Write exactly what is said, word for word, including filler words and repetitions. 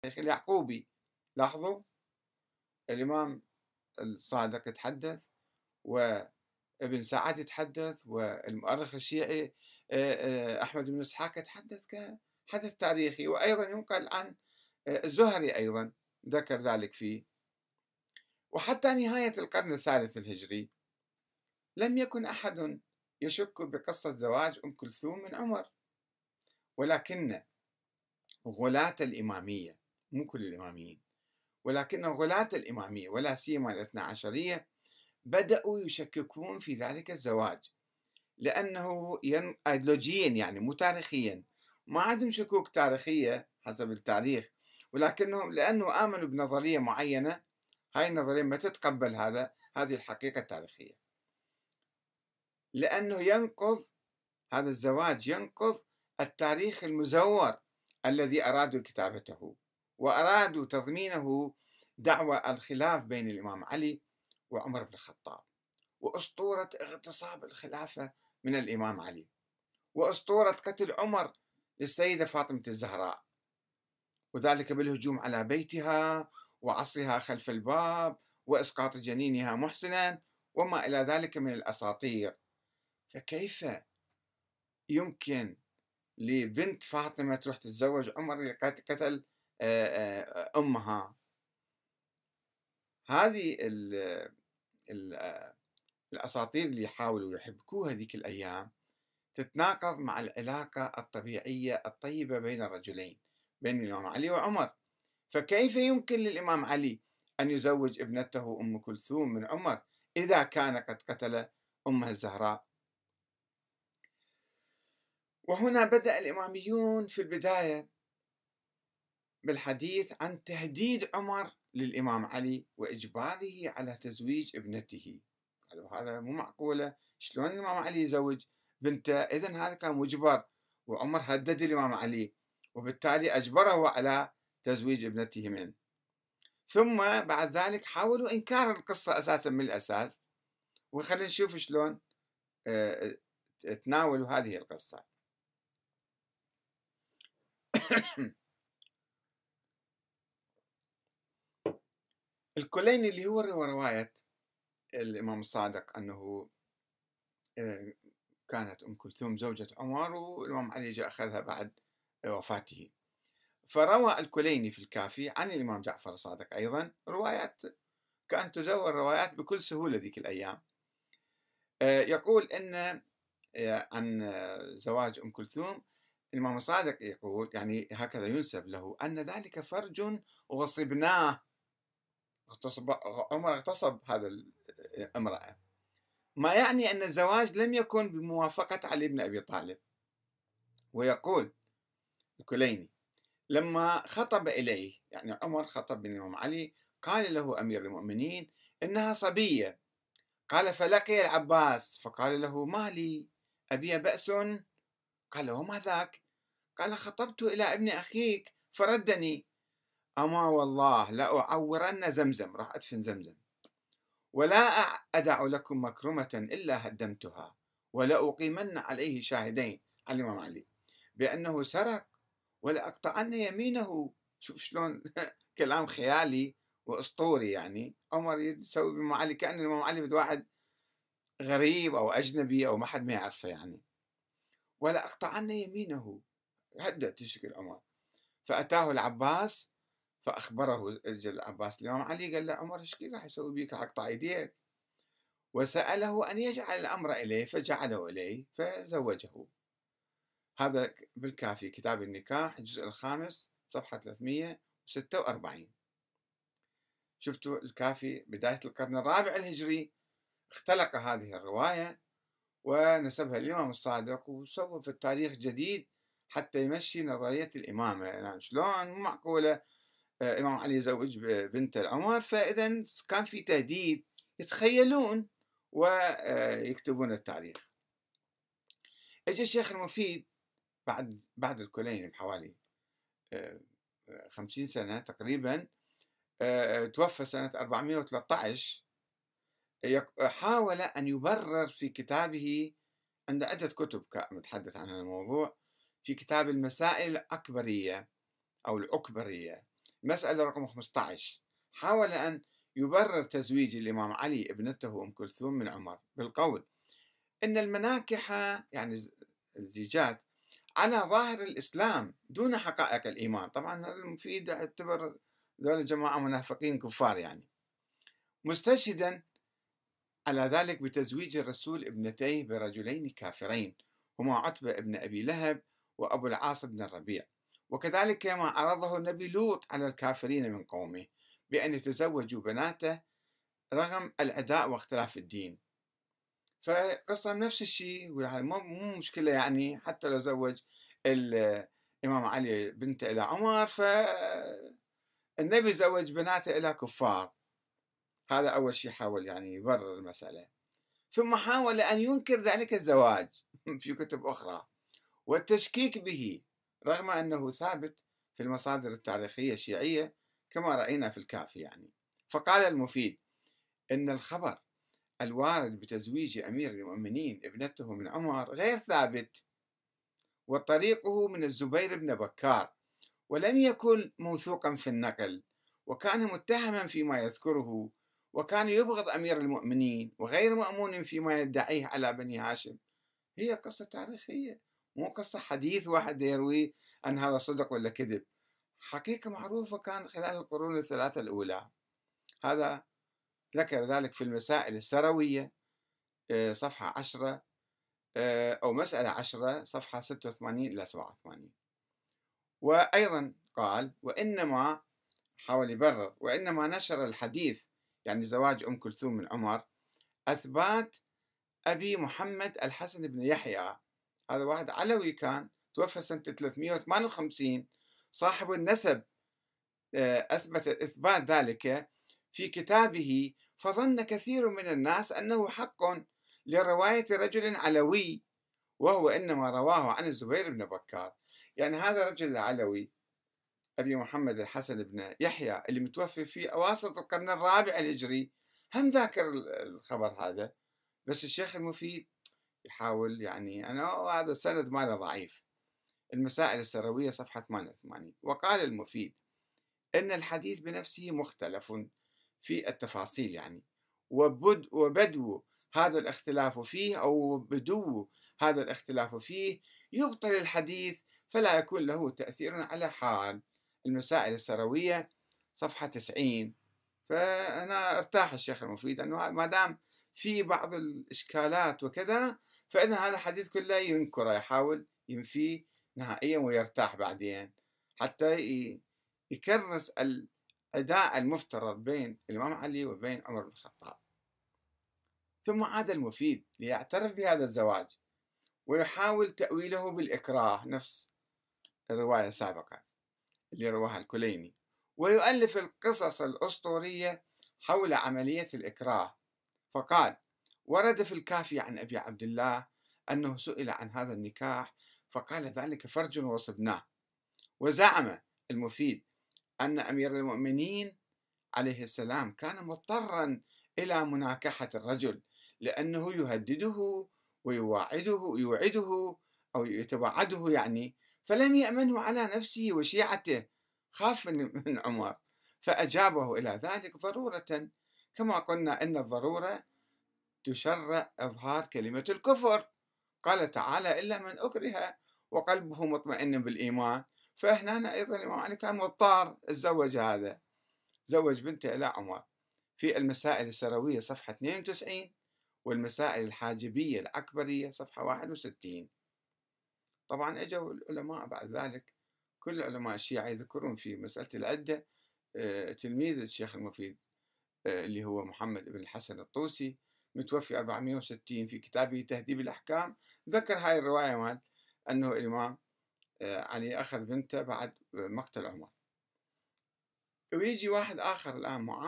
اليعقوبي. لاحظوا الإمام الصادق يتحدث، وابن سعد يتحدث، والمؤرخ الشيعي أحمد بن إسحاق يتحدث كحدث تاريخي، وأيضا ينقل عن الزهري أيضا ذكر ذلك فيه. وحتى نهاية القرن الثالث الهجري لم يكن أحد يشك بقصة زواج أم كلثوم من عمر، ولكن غلاة الإمامية، مو كل الإماميين، ولكن غلاة الإمامية ولا سيما الاثنى عشرية بدأوا يشككون في ذلك الزواج، لأنه ين... أيديولوجيا يعني مو تاريخيا، ما عندهم شكوك تاريخية حسب التاريخ، ولكنهم لأنه آمنوا بنظرية معينة، هاي النظرية ما تتقبل هذا هذه الحقيقة التاريخية، لأنه ينقض هذا الزواج ينقض التاريخ المزور الذي أرادوا كتابته، وأرادوا تضمينه دعوى الخلاف بين الإمام علي وعمر بن الخطاب، وأسطورة اغتصاب الخلافة من الإمام علي، وأسطورة قتل عمر للسيدة فاطمة الزهراء، وذلك بالهجوم على بيتها وعصرها خلف الباب وإسقاط جنينها محسنا وما إلى ذلك من الأساطير. فكيف يمكن لبنت فاطمة تروح تتزوج عمر قتل أمها؟ هذه ال ال الأساطير اللي يحاولوا يحبكوها ذيك الأيام تتناقض مع العلاقة الطبيعية الطيبة بين الرجلين، بين الإمام علي وعمر. فكيف يمكن للإمام علي أن يزوج ابنته أم كلثوم من عمر إذا كان قد قتل أمه الزهراء؟ وهنا بدأ الإماميون في البداية بالحديث عن تهديد عمر للإمام علي وإجباره على تزويج ابنته. قالوا هذا مو معقولة، شلون الإمام علي يزوج بنته؟ إذن هذا كان مجبر، وعمر هدد الإمام علي وبالتالي أجبره على تزويج ابنته منه. ثم بعد ذلك حاولوا إنكار القصة أساسا من الأساس، وخلينا نشوف شلون تناولوا هذه القصة. الكليني اللي هو رواية الإمام الصادق أنه كانت أم كلثوم زوجة عمر والإمام علي جاء أخذها بعد وفاته، فروى الكليني في الكافي عن الإمام جعفر الصادق أيضا روايات كانت تزور روايات بكل سهولة ذيك الأيام. يقول إن عن زواج أم كلثوم الإمام الصادق يقول، يعني هكذا ينسب له، أن ذلك فرج غصبناه، عمر اغتصب هذا الامرأة، ما يعني أن الزواج لم يكن بموافقة علي بن أبي طالب. ويقول الكليني لما خطب إليه، يعني عمر خطب الإمام علي، قال له أمير المؤمنين إنها صبية. قال فلقي العباس فقال له ما لي أبي بأس؟ قال له وما ذاك؟ قال خطبت إلى ابن أخيك فردني. أما والله لأعورن زمزم، راح أدفن زمزم، ولا أدع لكم مكرمة إلا هدمتها، ولا أقيمن عليه شاهدين على الإمام علي بأنه سرق، ولا أقطعن يمينه. شوف شلون كلام خيالي وأسطوري، يعني عمر يسوي بالإمام علي كأن الإمام علي بده واحد غريب أو أجنبي أو ما حد ما يعرفه يعني. ولا أقطعن يمينه، هدأ تشكل عمر. فأتاه العباس فأخبره العباس الإمام علي، قال له عمر ايش راح يسوي بيك، راح أقطع يديك. وسأله أن يجعل الأمر إليه فجعله إليه فزوجه. هذا بالكافي كتاب النكاح الجزء الخامس صفحة ثلاثمئة وستة وأربعين. شفتوا الكافي بداية القرن الرابع الهجري اختلق هذه الرواية ونسبها للإمام الصادق وسوى في التاريخ جديد حتى يمشي نظرية الإمامة. يعني شلون مو معقولة الإمام علي يزوج بنت العمر؟ فإذا كان في تهديد، يتخيلون ويكتبون التاريخ. اجى الشيخ المفيد بعد بعد الكليني بحوالي خمسين سنة تقريبا، توفى سنة أربعمئة وثلاثة عشر. حاول أن يبرر في كتابه، عنده عدة كتب متحدث عن هذا الموضوع، في كتاب المسائل الأكبرية أو الأكبرية المسألة رقم خمسة عشر، حاول أن يبرر تزويج الإمام علي ابنته أم كلثوم من عمر بالقول إن المناكح يعني الزيجات على ظاهر الإسلام دون حقائق الإيمان. طبعا هذا المفيد يعتبر ذول جماعة منافقين كفار يعني، مستشهدا على ذلك بتزويج الرسول ابنتيه برجلين كافرين هما عتبة ابن أبي لهب وأبو العاص بن الربيع، وكذلك ما عرضه النبي لوط على الكافرين من قومه بأن يتزوجوا بناته رغم العداء واختلاف الدين. فقصة نفس الشيء، مو مشكلة يعني حتى لو زوج الإمام علي بنته إلى عمر فالنبي زوج بناته إلى كفار. هذا أول شيء حاول يعني يبرر المسألة، ثم حاول أن ينكر ذلك الزواج في كتب أخرى والتشكيك به رغم أنه ثابت في المصادر التاريخية الشيعية كما رأينا في الكافي يعني. فقال المفيد إن الخبر الوارد بتزويج أمير المؤمنين ابنته من عمر غير ثابت، وطريقه من الزبير بن بكار، ولم يكن موثوقا في النقل، وكان متهما فيما يذكره، وكان يبغض أمير المؤمنين وغير مأمون فيما يدعيه على بني هاشم. هي قصة تاريخية، مو قصة حديث واحد يروي أن هذا صدق ولا كذب، حقيقة معروفة كان خلال القرون الثلاثة الأولى. هذا ذكر ذلك في المسائل السروية صفحة عشرة أو مسألة عشرة صفحة ستة وثمانين إلى سبعة وثمانين. وأيضا قال وإنما حاول يبرر وإنما نشر الحديث يعني زواج أم كلثوم من عمر أثبات أبي محمد الحسن بن يحيى، هذا واحد علوي كان توفى سنة ثلاثمئة وثمانية وخمسين صاحب النسب، أثبت إثبات ذلك في كتابه، فظن كثير من الناس أنه حق لرواية رجل علوي وهو إنما رواه عن الزبير بن بكار. يعني هذا الرجل العلوي أبي محمد الحسن بن يحيى اللي متوفي في أواسط القرن الرابع الهجري هم ذاكر الخبر هذا، بس الشيخ المفيد يحاول يعني أنا هذا السند ماله ضعيف. المسائل السروية صفحة ثمانية وثمانين. وقال المفيد إن الحديث بنفسه مختلف في التفاصيل يعني، وبد وبدو هذا الاختلاف فيه أو بدو هذا الاختلاف فيه يبطل الحديث فلا يكون له تأثير على حال. المسائل السروية صفحة تسعين. فأنا ارتاح الشيخ المفيد أنه ما دام في بعض الإشكالات وكذا فإذا هذا الحديث كله ينكره، يحاول ينفيه نهائيا ويرتاح بعدين حتى يكرس العداء المفترض بين الإمام علي وبين عمر بن الخطاب. ثم عاد المفيد ليعترف بهذا الزواج ويحاول تأويله بالإكراه نفس الرواية السابقة اللي رواها الكليني، ويؤلف القصص الأسطورية حول عملية الإكراه. فقال ورد في الكافي عن أبي عبد الله أنه سئل عن هذا النكاح فقال ذلك فرج وصبناه. وزعم المفيد أن أمير المؤمنين عليه السلام كان مضطرا إلى مناكحة الرجل لأنه يهدده ويوعده يوعده أو يتوعده يعني، فلم يأمنه على نفسه وشيعته، خاف من عمر، فأجابه إلى ذلك ضرورة، كما قلنا إن الضرورة تشرع إظهار كلمة الكفر. قال تعالى إلا من أكره وقلبه مطمئن بالإيمان. فهنا أيضا الإمام علي كان مضطر تزوج هذا، زوج بنته إلى عمر في المسائل السروية صفحة اثنين وتسعين والمسائل الحاجبية الأكبرية صفحة واحد وستين. طبعا اجوا العلماء بعد ذلك، كل علماء الشيعة يذكرون في مسألة العدة تلميذ الشيخ المفيد اللي هو محمد بن الحسن الطوسي متوفي أربعمئة وستين في كتابه تهذيب الأحكام ذكر هاي الرواية مال أنه الإمام علي أخذ بنته بعد مقتل عمر. ويجي واحد آخر الآن